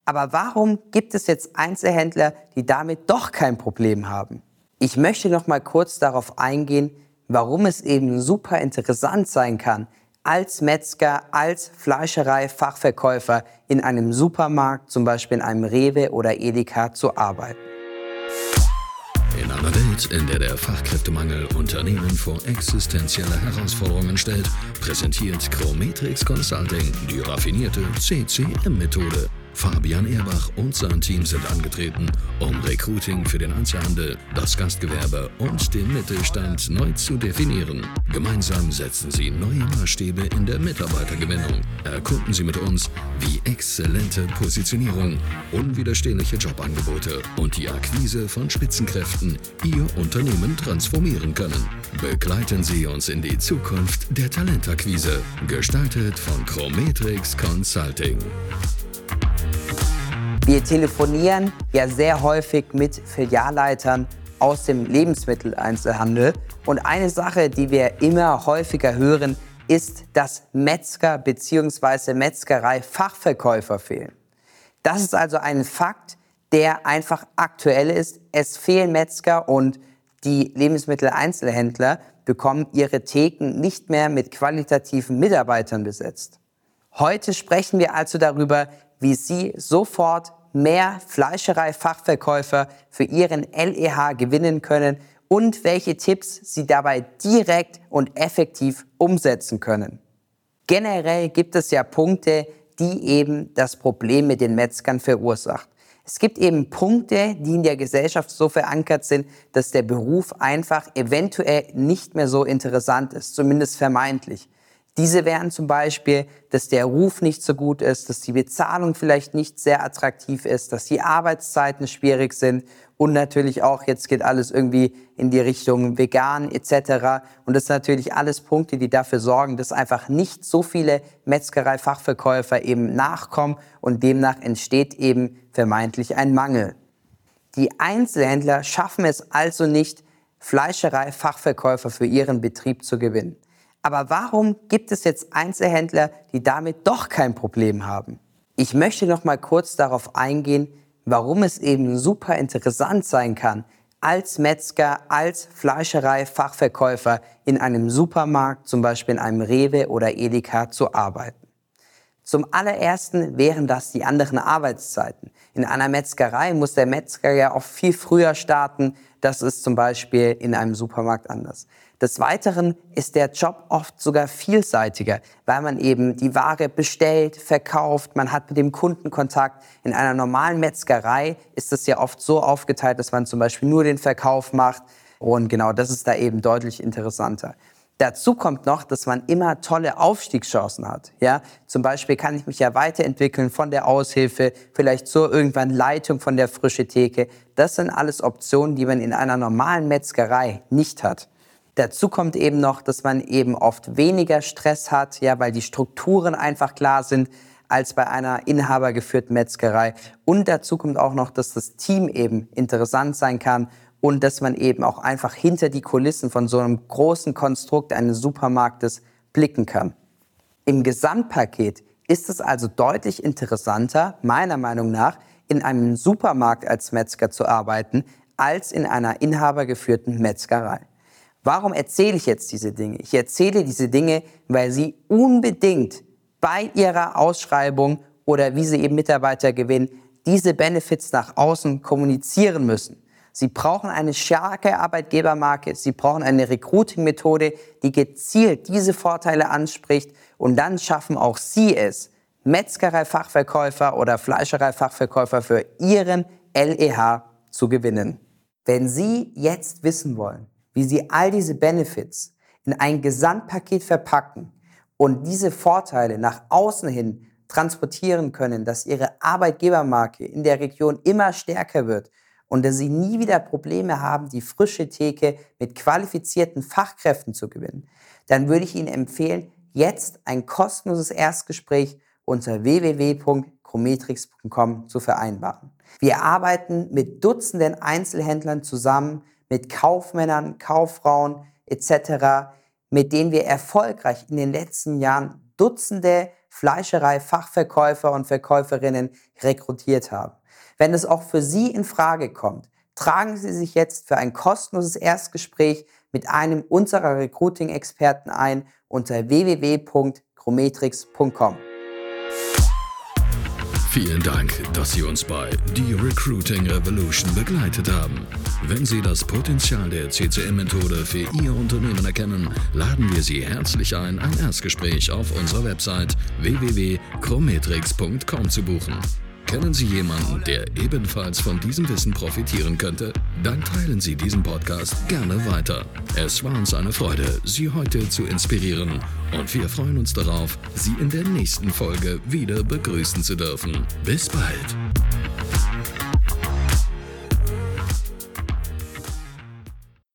Aber warum gibt es jetzt Einzelhändler, die damit doch kein Problem haben? Ich möchte noch mal kurz darauf eingehen, warum es eben super interessant sein kann, als Metzger, als Fleischerei-Fachverkäufer in einem Supermarkt, zum Beispiel in einem Rewe oder Edeka, zu arbeiten. In einer Welt, in der der Fachkräftemangel Unternehmen vor existenzielle Herausforderungen stellt, präsentiert Chrometrix Consulting die raffinierte CCM-Methode. Fabian Erbach und sein Team sind angetreten, um Recruiting für den Einzelhandel, das Gastgewerbe und den Mittelstand neu zu definieren. Gemeinsam setzen sie neue Maßstäbe in der Mitarbeitergewinnung. Erkunden Sie mit uns, wie exzellente Positionierung, unwiderstehliche Jobangebote und die Akquise von Spitzenkräften Ihr Unternehmen transformieren können. Begleiten Sie uns in die Zukunft der Talentakquise, gestaltet von Chrometrix Consulting. Wir telefonieren ja sehr häufig mit Filialleitern aus dem Lebensmitteleinzelhandel. Und eine Sache, die wir immer häufiger hören, ist, dass Metzger bzw. Metzgerei-Fachverkäufer fehlen. Das ist also ein Fakt, der einfach aktuell ist. Es fehlen Metzger und die Lebensmitteleinzelhändler bekommen ihre Theken nicht mehr mit qualitativen Mitarbeitern besetzt. Heute sprechen wir also darüber, wie Sie sofort mehr Fleischerei-Fachverkäufer für Ihren LEH gewinnen können und welche Tipps Sie dabei direkt und effektiv umsetzen können. Generell gibt es ja Punkte, die eben das Problem mit den Metzgern verursacht. Es gibt eben Punkte, die in der Gesellschaft so verankert sind, dass der Beruf einfach eventuell nicht mehr so interessant ist, zumindest vermeintlich. Diese wären zum Beispiel, dass der Ruf nicht so gut ist, dass die Bezahlung vielleicht nicht sehr attraktiv ist, dass die Arbeitszeiten schwierig sind und natürlich auch, jetzt geht alles irgendwie in die Richtung vegan etc. Und das sind natürlich alles Punkte, die dafür sorgen, dass einfach nicht so viele Metzgerei-Fachverkäufer eben nachkommen und demnach entsteht eben vermeintlich ein Mangel. Die Einzelhändler schaffen es also nicht, Fleischerei-Fachverkäufer für ihren Betrieb zu gewinnen. Aber warum gibt es jetzt Einzelhändler, die damit doch kein Problem haben? Ich möchte noch mal kurz darauf eingehen, warum es eben super interessant sein kann, als Metzger, als Fleischerei-Fachverkäufer in einem Supermarkt, zum Beispiel in einem Rewe oder Edeka, zu arbeiten. Zum allerersten wären das die anderen Arbeitszeiten. In einer Metzgerei muss der Metzger ja auch viel früher starten. Das ist zum Beispiel in einem Supermarkt anders. Des Weiteren ist der Job oft sogar vielseitiger, weil man eben die Ware bestellt, verkauft, man hat mit dem Kunden Kontakt. In einer normalen Metzgerei ist es ja oft so aufgeteilt, dass man zum Beispiel nur den Verkauf macht und genau, das ist da eben deutlich interessanter. Dazu kommt noch, dass man immer tolle Aufstiegschancen hat. Ja? Zum Beispiel kann ich mich ja weiterentwickeln von der Aushilfe, vielleicht zur irgendwann Leitung von der frischen Theke. Das sind alles Optionen, die man in einer normalen Metzgerei nicht hat. Dazu kommt eben noch, dass man eben oft weniger Stress hat, ja, weil die Strukturen einfach klar sind, als bei einer inhabergeführten Metzgerei. Und dazu kommt auch noch, dass das Team eben interessant sein kann und dass man eben auch einfach hinter die Kulissen von so einem großen Konstrukt eines Supermarktes blicken kann. Im Gesamtpaket ist es also deutlich interessanter, meiner Meinung nach, in einem Supermarkt als Metzger zu arbeiten, als in einer inhabergeführten Metzgerei. Warum erzähle ich jetzt diese Dinge? Ich erzähle diese Dinge, weil Sie unbedingt bei Ihrer Ausschreibung oder wie Sie eben Mitarbeiter gewinnen, diese Benefits nach außen kommunizieren müssen. Sie brauchen eine starke Arbeitgebermarke, Sie brauchen eine Recruiting-Methode, die gezielt diese Vorteile anspricht und dann schaffen auch Sie es, Metzgerei-Fachverkäufer oder Fleischerei-Fachverkäufer für Ihren LEH zu gewinnen. Wenn Sie jetzt wissen wollen, wie Sie all diese Benefits in ein Gesamtpaket verpacken und diese Vorteile nach außen hin transportieren können, dass Ihre Arbeitgebermarke in der Region immer stärker wird und dass Sie nie wieder Probleme haben, die frische Theke mit qualifizierten Fachkräften zu gewinnen, dann würde ich Ihnen empfehlen, jetzt ein kostenloses Erstgespräch unter www.chrometrix.com zu vereinbaren. Wir arbeiten mit Dutzenden Einzelhändlern zusammen, mit Kaufmännern, Kauffrauen etc., mit denen wir erfolgreich in den letzten Jahren Dutzende Fleischerei-Fachverkäufer und Verkäuferinnen rekrutiert haben. Wenn es auch für Sie in Frage kommt, tragen Sie sich jetzt für ein kostenloses Erstgespräch mit einem unserer Recruiting-Experten ein unter www.chrometrix.com. Vielen Dank, dass Sie uns bei The Recruiting Revolution begleitet haben. Wenn Sie das Potenzial der CCM-Methode für Ihr Unternehmen erkennen, laden wir Sie herzlich ein Erstgespräch auf unserer Website www.chrometrix.com zu buchen. Kennen Sie jemanden, der ebenfalls von diesem Wissen profitieren könnte? Dann teilen Sie diesen Podcast gerne weiter. Es war uns eine Freude, Sie heute zu inspirieren und wir freuen uns darauf, Sie in der nächsten Folge wieder begrüßen zu dürfen. Bis bald!